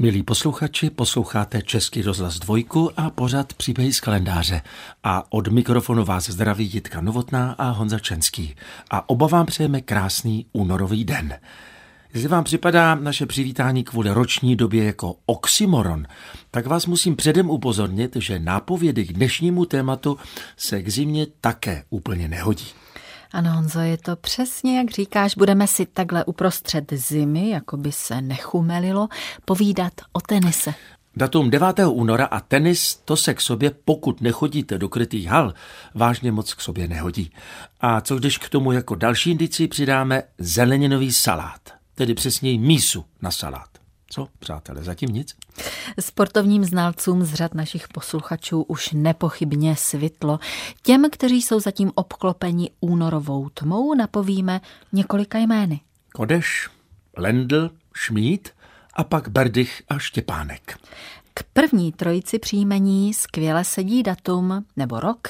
Milí posluchači, posloucháte Český rozhlas Dvojku a pořad Příběhy z kalendáře. A od mikrofonu vás zdraví Jitka Novotná a Honza Čenský. A oba vám přejeme krásný únorový den. Jestli vám připadá naše přivítání kvůli roční době jako oxymoron, tak vás musím předem upozornit, že nápovědy k dnešnímu tématu se k zimě také úplně nehodí. Ano, Honzo, je to přesně, jak říkáš, budeme si takhle uprostřed zimy, jako by se nechumelilo, povídat o tenise. Datum 9. února a tenis, to se k sobě, pokud nechodíte do krytých hal, vážně moc k sobě nehodí. A co když k tomu jako další indici přidáme zeleninový salát, tedy přesněji mísu na salát. Co, přátelé, zatím nic? Sportovním znalcům z řad našich posluchačů už nepochybně svitlo. Těm, kteří jsou zatím obklopeni únorovou tmou, napovíme několika jmény. Kodeš, Lendl, Šmíd a pak Berdych a Štěpánek. K první trojici příjmení skvěle sedí datum nebo rok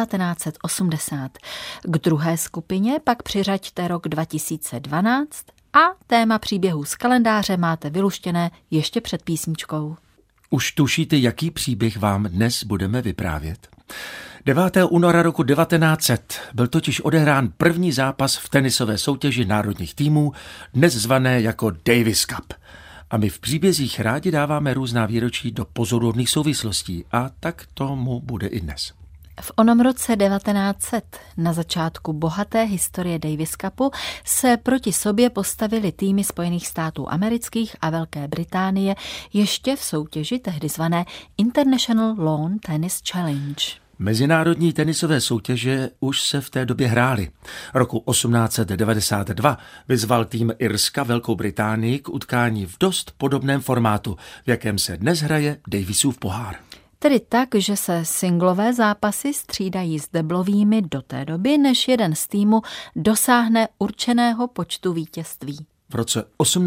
1980. K druhé skupině pak přiřaďte rok 2012 a téma příběhů z kalendáře máte vyluštěné ještě před písničkou. Už tušíte, jaký příběh vám dnes budeme vyprávět? 9. února roku 1900 byl totiž odehrán první zápas v tenisové soutěži národních týmů, dnes zvané jako Davis Cup. A my v příbězích rádi dáváme různá výročí do pozoruhodných souvislostí a tak tomu bude i dnes. V onom roce 1900, na začátku bohaté historie Davis Cupu, se proti sobě postavili týmy Spojených států amerických a Velké Británie ještě v soutěži tehdy zvané International Lawn Tennis Challenge. Mezinárodní tenisové soutěže už se v té době hrály. Roku 1892 vyzval tým Irska Velkou Británii k utkání v dost podobném formátu, v jakém se dnes hraje Davisův pohár. Tedy tak, že se singlové zápasy střídají s deblovými do té doby, než jeden z týmu dosáhne určeného počtu vítězství. V roce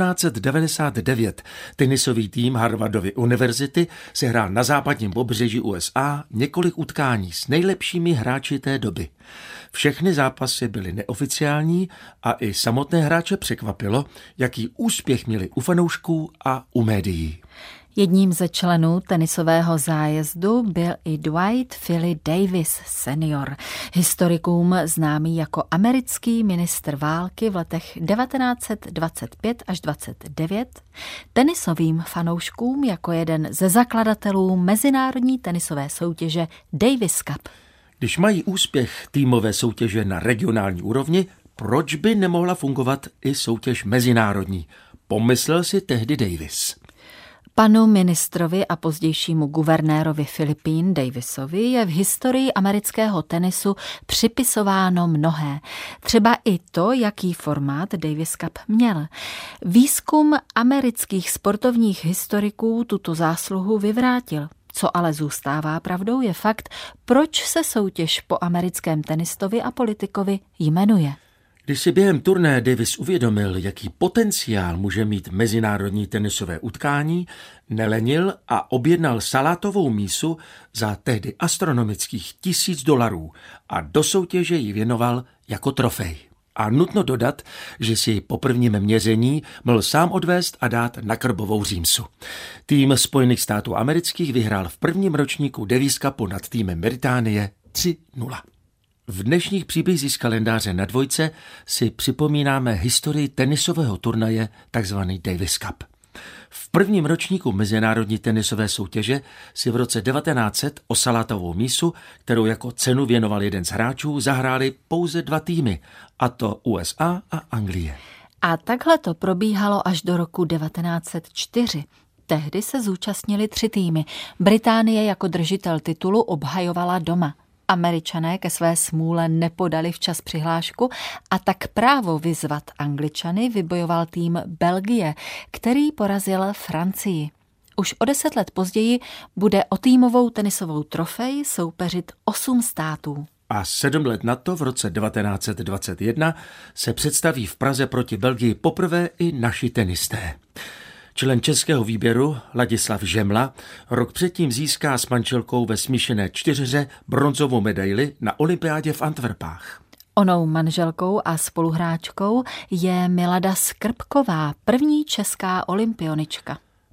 1899 tenisový tým Harvardovy univerzity se hrál na západním pobřeží USA několik utkání s nejlepšími hráči té doby. Všechny zápasy byly neoficiální a i samotné hráče překvapilo, jaký úspěch měli u fanoušků a u médií. Jedním ze členů tenisového zájezdu byl i Dwight Philly Davis senior, historikům známý jako americký ministr války v letech 1925 až 29, tenisovým fanouškům jako jeden ze zakladatelů mezinárodní tenisové soutěže Davis Cup. Když mají úspěch týmové soutěže na regionální úrovni, proč by nemohla fungovat i soutěž mezinárodní? Pomyslel si tehdy Davis. Panu ministrovi a pozdějšímu guvernérovi Filipín Davisovi je v historii amerického tenisu připisováno mnohé. Třeba i to, jaký formát Davis Cup měl. Výzkum amerických sportovních historiků tuto zásluhu vyvrátil. Co ale zůstává pravdou, je fakt, proč se soutěž po americkém tenistovi a politikovi jmenuje. Když si během turné Davis uvědomil, jaký potenciál může mít mezinárodní tenisové utkání, nelenil a objednal salátovou mísu za tehdy astronomických $1000 a do soutěže ji věnoval jako trofej. A nutno dodat, že si po prvním měření mohl sám odvést a dát na krbovou římsu. Tým Spojených států amerických vyhrál v prvním ročníku Davis Cupu nad týmem Británie 3-0. V dnešních příbězích z kalendáře na Dvojce si připomínáme historii tenisového turnaje takzvaný Davis Cup. V prvním ročníku mezinárodní tenisové soutěže si v roce 1900 o salátovou mísu, kterou jako cenu věnoval jeden z hráčů, zahráli pouze 2 týmy, a to USA a Anglie. A takhle to probíhalo až do roku 1904. Tehdy se zúčastnili 3 týmy. Británie jako držitel titulu obhajovala doma. Američané ke své smůle nepodali včas přihlášku a tak právo vyzvat Angličany vybojoval tým Belgie, který porazil Francii. Už o 10 let později bude o týmovou tenisovou trofej soupeřit 8 států. A 7 let na to, v roce 1921, se představí v Praze proti Belgii poprvé i naši tenisté. Člen českého výběru Ladislav Žemla rok předtím získá s manželkou ve smíšené čtyřhře bronzovou medaili na olympiádě v Antwerpách. Onou manželkou a spoluhráčkou je Milada Skrbková, první česká olympionička.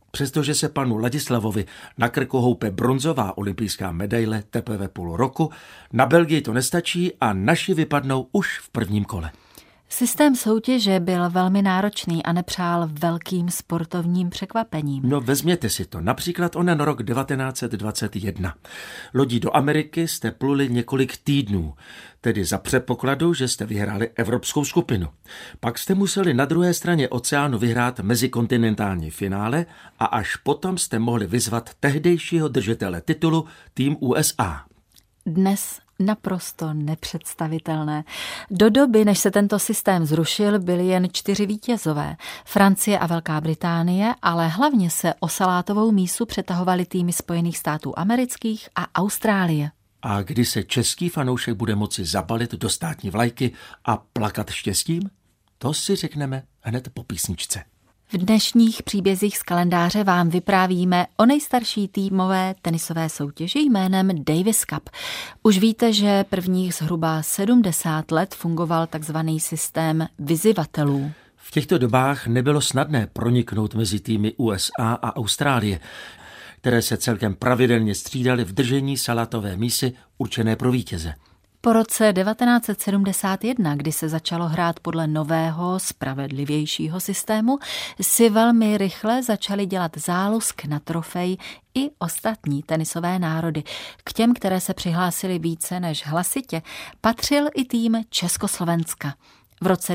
Přestože se panu Ladislavovi na krku houpe bronzová olympijská medaile teprve půl roku, na Belgii to nestačí a naši vypadnou už v prvním kole. Systém soutěže byl velmi náročný a nepřál velkým sportovním překvapením. No vezměte si to, například onen rok 1921. Lodí do Ameriky jste pluli několik týdnů, tedy za předpokladu, že jste vyhráli evropskou skupinu. Pak jste museli na druhé straně oceánu vyhrát mezikontinentální finále a až potom jste mohli vyzvat tehdejšího držitele titulu tým USA. Dnes naprosto nepředstavitelné. Do doby, než se tento systém zrušil, byly jen 4 vítězové. Francie a Velká Británie, ale hlavně se o salátovou mísu přetahovaly týmy Spojených států amerických a Austrálie. A kdy se český fanoušek bude moci zabalit do státní vlajky a plakat štěstím? To si řekneme hned po písničce. V dnešních příbězích z kalendáře vám vyprávíme o nejstarší týmové tenisové soutěži jménem Davis Cup. Už víte, že prvních zhruba 70 let fungoval takzvaný systém vyzývatelů. V těchto dobách nebylo snadné proniknout mezi týmy USA a Austrálie, které se celkem pravidelně střídaly v držení salátové mísy určené pro vítěze. Po roce 1971, kdy se začalo hrát podle nového, spravedlivějšího systému, si velmi rychle začaly dělat zálusk na trofej i ostatní tenisové národy. K těm, které se přihlásily více než hlasitě, patřil i tým Československa. V roce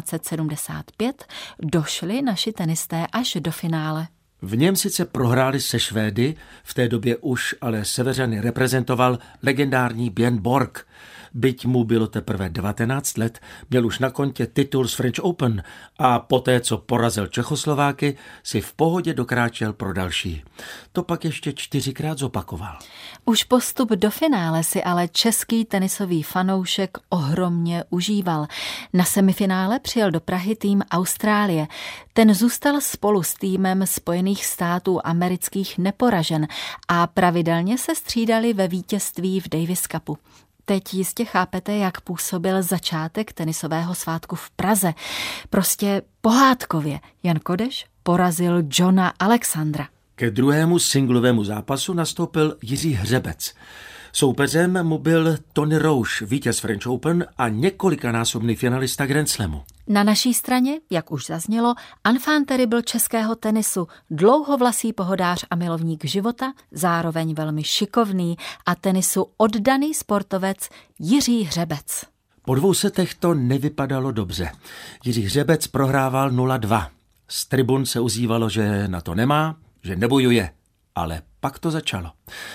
1975 došli naši tenisté až do finále. V něm sice prohráli se Švédy, v té době už ale Severany reprezentoval legendární Björn Borg. Byť mu bylo teprve 19 let, měl už na kontě titul z French Open a poté, co porazil Čechoslováky, si v pohodě dokráčel pro další. To pak ještě 4krát zopakoval. Už postup do finále si ale český tenisový fanoušek ohromně užíval. Na semifinále přijel do Prahy tým Austrálie. Ten zůstal spolu s týmem Spojených států amerických neporažen a pravidelně se střídali ve vítězství v Davis Cupu. Teď jistě chápete, jak působil začátek tenisového svátku v Praze. Prostě pohádkově Jan Kodeš porazil Johna Alexandra. Ke druhému singlovému zápasu nastoupil Jiří Hřebec. Soupeřem mu byl Tony Roche, vítěz French Open a několikanásobný finalista Grand Slamu. Na naší straně, jak už zaznělo, enfant terrible českého tenisu, dlouhovlasý pohodář a milovník života, zároveň velmi šikovný a tenisu oddaný sportovec Jiří Hřebec. Po 2 setech to nevypadalo dobře. Jiří Hřebec prohrával 0-2. Z tribun se ozývalo, že na to nemá, že nebojuje. Ale pak to začalo.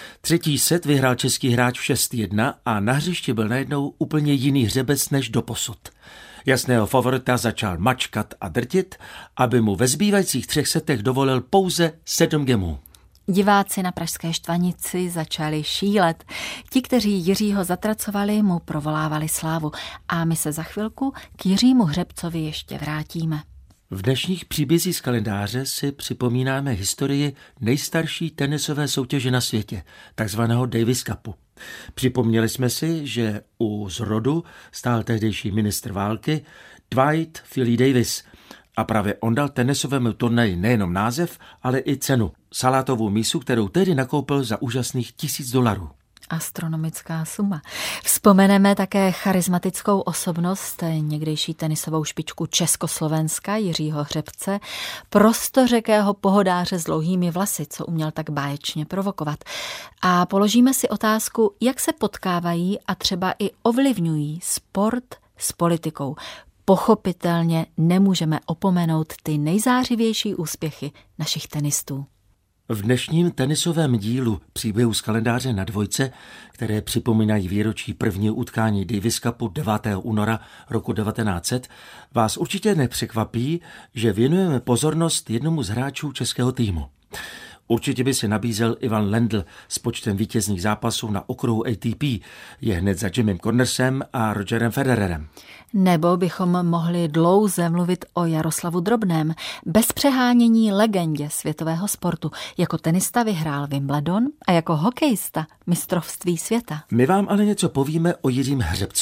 3. set vyhrál český hráč 6-1 a na hřišti byl najednou úplně jiný Hřebec než doposud. Jasného favorita začal mačkat a drtit, aby mu ve zbývajících 3 setech dovolil pouze 7 gemů. Diváci na pražské Štvanici začali šílet. Ti, kteří Jiřího zatracovali, mu provolávali slávu. A my se za chvilku k Jiřímu Hřebcovi ještě vrátíme. V dnešních příbězích z kalendáře si připomínáme historii nejstarší tenisové soutěže na světě, takzvaného Davis Cupu. Připomněli jsme si, že u zrodu stál tehdejší ministr války Dwight Philly Davis a právě on dal tenisovému turnaji nejenom název, ale i cenu. Salátovou mísu, kterou tehdy nakoupil za úžasných $1000. Astronomická suma. Vzpomeneme také charismatickou osobnost, někdejší tenisovou špičku Československa Jiřího Hřebce, prostořekého pohodáře s dlouhými vlasy, co uměl tak báječně provokovat. A položíme si otázku, jak se potkávají a třeba i ovlivňují sport s politikou. Pochopitelně nemůžeme opomenout ty nejzářivější úspěchy našich tenistů. V dnešním tenisovém dílu příběhu z kalendáře na dvojce, které připomínají výročí prvního utkání Davis Cupu 9. února roku 1900, vás určitě nepřekvapí, že věnujeme pozornost jednomu z hráčů českého týmu. Určitě by se nabízel Ivan Lendl s počtem vítězných zápasů na okruhu ATP, je hned za Jimem Cornersem a Rogerem Federerem. Nebo bychom mohli dlouze mluvit o Jaroslavu Drobném, bez přehánění legendě světového sportu. Jako tenista vyhrál Wimbledon a jako hokejista mistrovství světa. My vám ale něco povíme o Jiřím Hřebcovi.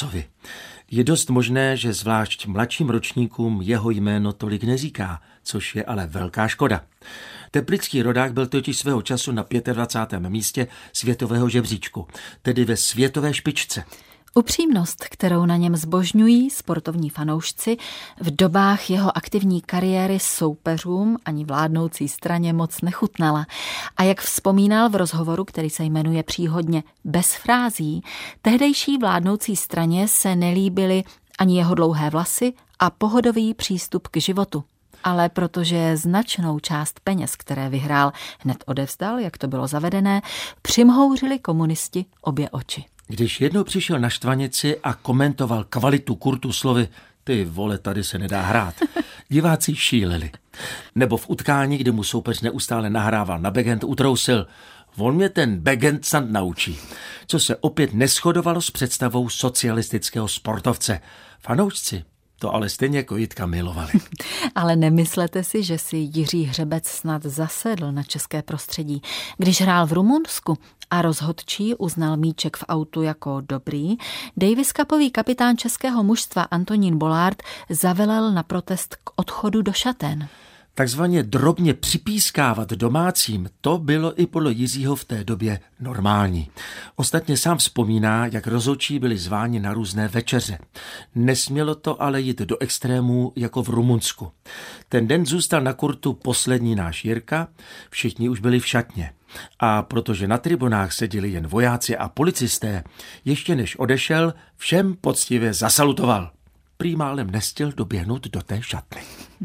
Je dost možné, že zvlášť mladším ročníkům jeho jméno tolik neříká, což je ale velká škoda. Teplický rodák byl totiž svého času na 25. místě světového žebříčku, tedy ve světové špičce. Upřímnost, kterou na něm zbožňují sportovní fanoušci, v dobách jeho aktivní kariéry soupeřům ani vládnoucí straně moc nechutnala. A jak vzpomínal v rozhovoru, který se jmenuje příhodně Bez frází, tehdejší vládnoucí straně se nelíbily ani jeho dlouhé vlasy a pohodový přístup k životu. Ale protože značnou část peněz, které vyhrál, hned odevzdal, jak to bylo zavedené, přimhouřili komunisti obě oči. Když jednou přišel na štvanici a komentoval kvalitu kurtu slovy "ty vole, tady se nedá hrát", diváci šíleli. Nebo v utkání, kdy mu soupeř neustále nahrával na backhand, utrousil: "On mě ten backhand snad naučí", co se opět neshodovalo s představou socialistického sportovce. Fanoušci to ale stejně jako Jitka milovali. Ale nemyslete si, že si Jiří Hřebec snad zasedl na české prostředí. Když hrál v Rumunsku a rozhodčí uznal míček v autu jako dobrý, Davis Cupový kapitán českého mužstva Antonín Bollard zavelel na protest k odchodu do šaten. Takzvaně drobně připískávat domácím, to bylo i podle Jiřího v té době normální. Ostatně sám vzpomíná, jak rozhodčí byli zváni na různé večeře. Nesmělo to ale jít do extrémů jako v Rumunsku. Ten den zůstal na kurtu poslední náš Jirka, všichni už byli v šatně. A protože na tribunách seděli jen vojáci a policisté, ještě než odešel, všem poctivě zasalutoval. Prý málem nestihl doběhnout do té šatny.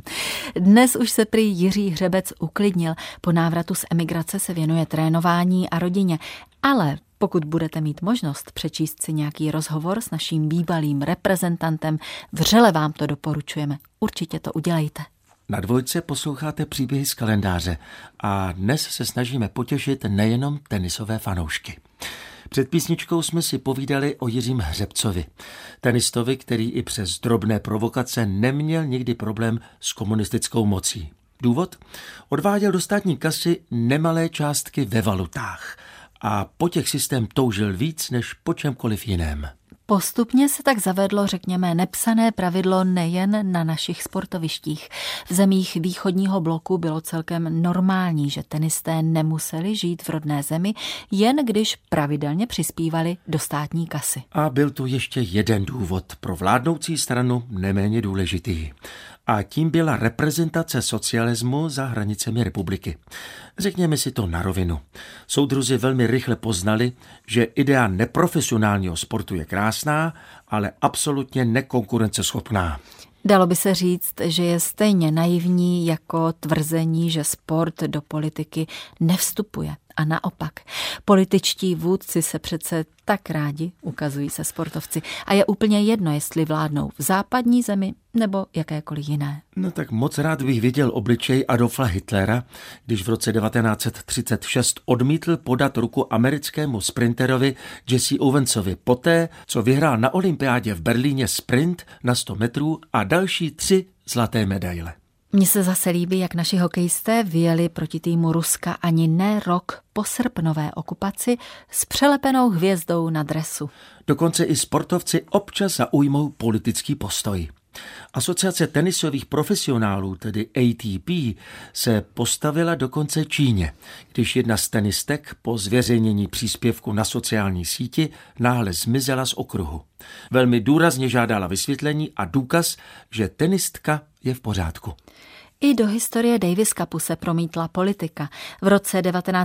Dnes už se prý Jiří Hřebec uklidnil. Po návratu z emigrace se věnuje trénování a rodině. Ale pokud budete mít možnost přečíst si nějaký rozhovor s naším bývalým reprezentantem, vřele vám to doporučujeme. Určitě to udělejte. Na Dvojce posloucháte příběhy z kalendáře a dnes se snažíme potěšit nejenom tenisové fanoušky. Před písničkou jsme si povídali o Jiřím Hřebcovi, tenistovi, který i přes drobné provokace neměl nikdy problém s komunistickou mocí. Důvod? Odváděl do státní kasy nemalé částky ve valutách a po těch systém toužil víc než po čemkoliv jiném. Postupně se tak zavedlo, řekněme, nepsané pravidlo nejen na našich sportovištích. V zemích východního bloku bylo celkem normální, že tenisté nemuseli žít v rodné zemi, jen když pravidelně přispívali do státní kasy. A byl tu ještě jeden důvod pro vládnoucí stranu neméně důležitý. A tím byla reprezentace socialismu za hranicemi republiky. Řekněme si to na rovinu. Soudruzi velmi rychle poznali, že idea neprofesionálního sportu je krásná, ale absolutně nekonkurenceschopná. Dalo by se říct, že je stejně naivní jako tvrzení, že sport do politiky nevstupuje. A naopak, političtí vůdci se přece tak rádi ukazují se sportovci a je úplně jedno, jestli vládnou v západní zemi nebo jakékoliv jiné. No tak moc rád bych viděl obličej Adolfa Hitlera, když v roce 1936 odmítl podat ruku americkému sprinterovi Jesse Owensovi poté, co vyhrál na olympiádě v Berlíně sprint na 100 metrů a další 3 zlaté medaile. Mně se zase líbí, jak naši hokejisté vyjeli proti týmu Ruska ani ne rok po srpnové okupaci s přelepenou hvězdou na dresu. Dokonce i sportovci občas zaujmou politický postoj. Asociace tenisových profesionálů, tedy ATP, se postavila dokonce Číně, když jedna z tenistek po zveřejnění příspěvku na sociální síti náhle zmizela z okruhu. Velmi důrazně žádala vysvětlení a důkaz, že tenistka je v pořádku. I do historie Davis Cupu se promítla politika. V roce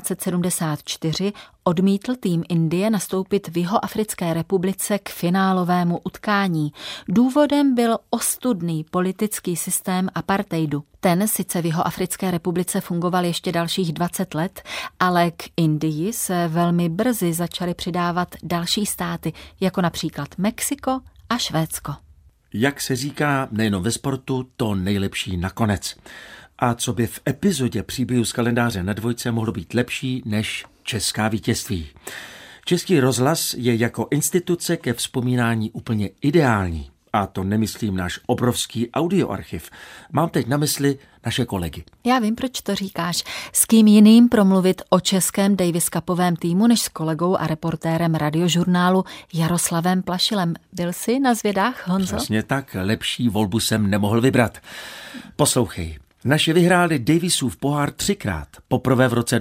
1974 odmítl tým Indie nastoupit v Jihoafrické republice k finálovému utkání. Důvodem byl ostudný politický systém apartheidu. Ten sice v Jihoafrické republice fungoval ještě dalších 20 let, ale k Indii se velmi brzy začaly přidávat další státy, jako například Mexiko a Švédsko. Jak se říká, nejenom ve sportu, to nejlepší nakonec. A co by v epizodě příběhu z kalendáře na Dvojce mohlo být lepší než česká vítězství. Český rozhlas je jako instituce ke vzpomínání úplně ideální. A to nemyslím náš obrovský audioarchiv. Mám teď na mysli naše kolegy. Já vím, proč to říkáš. S kým jiným promluvit o českém Davis Cupovém týmu, než s kolegou a reportérem Radiožurnálu Jaroslavem Plašilem. Byl jsi na zvědách, Honzo? Přesně tak, lepší volbu jsem nemohl vybrat. Poslouchej. Naši vyhráli Davisův pohár 3krát, poprvé v roce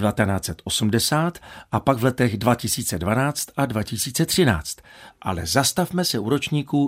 1980 a pak v letech 2012 a 2013. Ale zastavme se u ročníků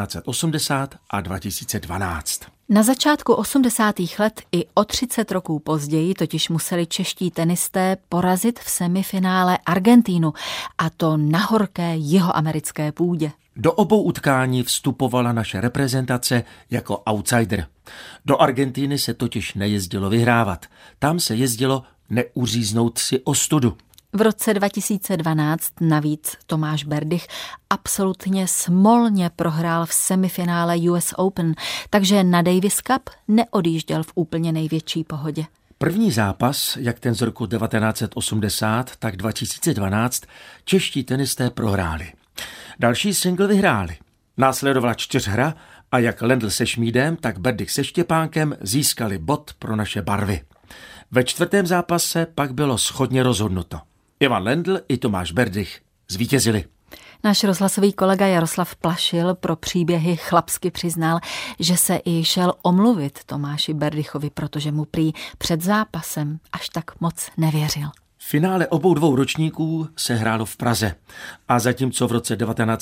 1980 a 2012. Na začátku 80. let i o 30 roků později totiž museli čeští tenisté porazit v semifinále Argentínu, a to na horké jihoamerické půdě. Do obou utkání vstupovala naše reprezentace jako outsider. Do Argentiny se totiž nejezdilo vyhrávat. Tam se jezdilo neuříznout si ostudu. V roce 2012 navíc Tomáš Berdych absolutně smolně prohrál v semifinále US Open, takže na Davis Cup neodjížděl v úplně největší pohodě. První zápas, jak ten z roku 1980, tak 2012, čeští tenisté prohráli. Další single vyhráli. Následovala čtyřhra a jak Lendl se Šmídem, tak Berdych se Štěpánkem získali bod pro naše barvy. Ve čtvrtém zápase pak bylo shodně rozhodnuto. Ivan Lendl i Tomáš Berdych zvítězili. Náš rozhlasový kolega Jaroslav Plašil pro příběhy chlapsky přiznal, že se i šel omluvit Tomáši Berdychovi, protože mu prý před zápasem až tak moc nevěřil. Finále obou dvou ročníků se hrálo v Praze. A zatímco v roce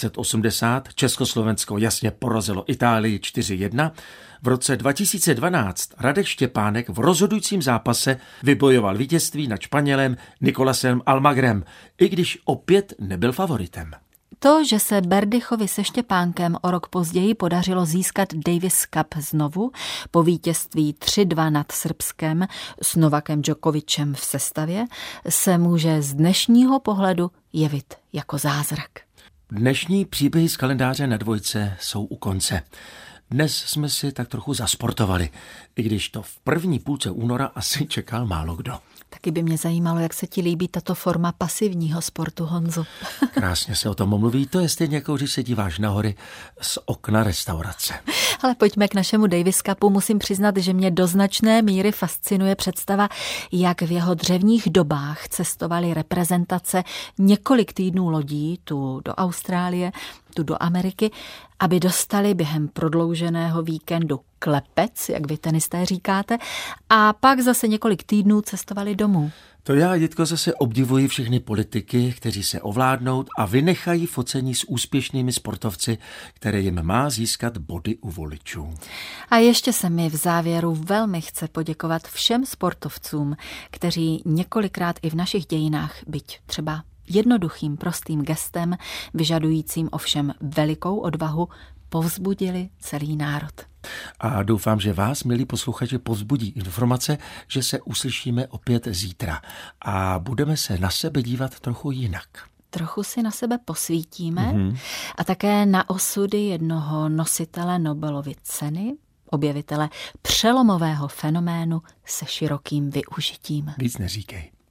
1980 Československo jasně porazilo Itálii 4-1, v roce 2012 Radek Štěpánek v rozhodujícím zápase vybojoval vítězství nad Španělem Nicolasem Almagrem, i když opět nebyl favoritem. To, že se Berdychovi se Štěpánkem o rok později podařilo získat Davis Cup znovu po vítězství 3-2 nad Srbskem s Novakem Djokovičem v sestavě, se může z dnešního pohledu jevit jako zázrak. Dnešní příběhy z kalendáře na dvojce jsou u konce. Dnes jsme si tak trochu zasportovali, i když to v první půlce února asi čekal málo kdo. Taky by mě zajímalo, jak se ti líbí tato forma pasivního sportu, Honzo. Krásně se o tom mluví, to je stejně jako když se díváš na hory z okna restaurace. Ale pojďme k našemu Davis Cupu. Musím přiznat, že mě do značné míry fascinuje představa, jak v jeho dřevních dobách cestovaly reprezentace několik týdnů lodí, tu do Austrálie, tu do Ameriky, aby dostali během prodlouženého víkendu klepec, jak vy tenisté říkáte, a pak zase několik týdnů cestovali domů. To já, Jitko, zase obdivuji všechny politiky, kteří se ovládnou a vynechají focení s úspěšnými sportovci, které jim má získat body u voličů. A ještě se mi v závěru velmi chce poděkovat všem sportovcům, kteří několikrát i v našich dějinách, byť třeba jednoduchým, prostým gestem, vyžadujícím ovšem velikou odvahu, povzbudili celý národ. A doufám, že vás, milí posluchači, povzbudí informace, že se uslyšíme opět zítra a budeme se na sebe dívat trochu jinak. Trochu si na sebe posvítíme a také na osudy jednoho nositele Nobelovy ceny, objevitele přelomového fenoménu se širokým využitím. Víc neříkej.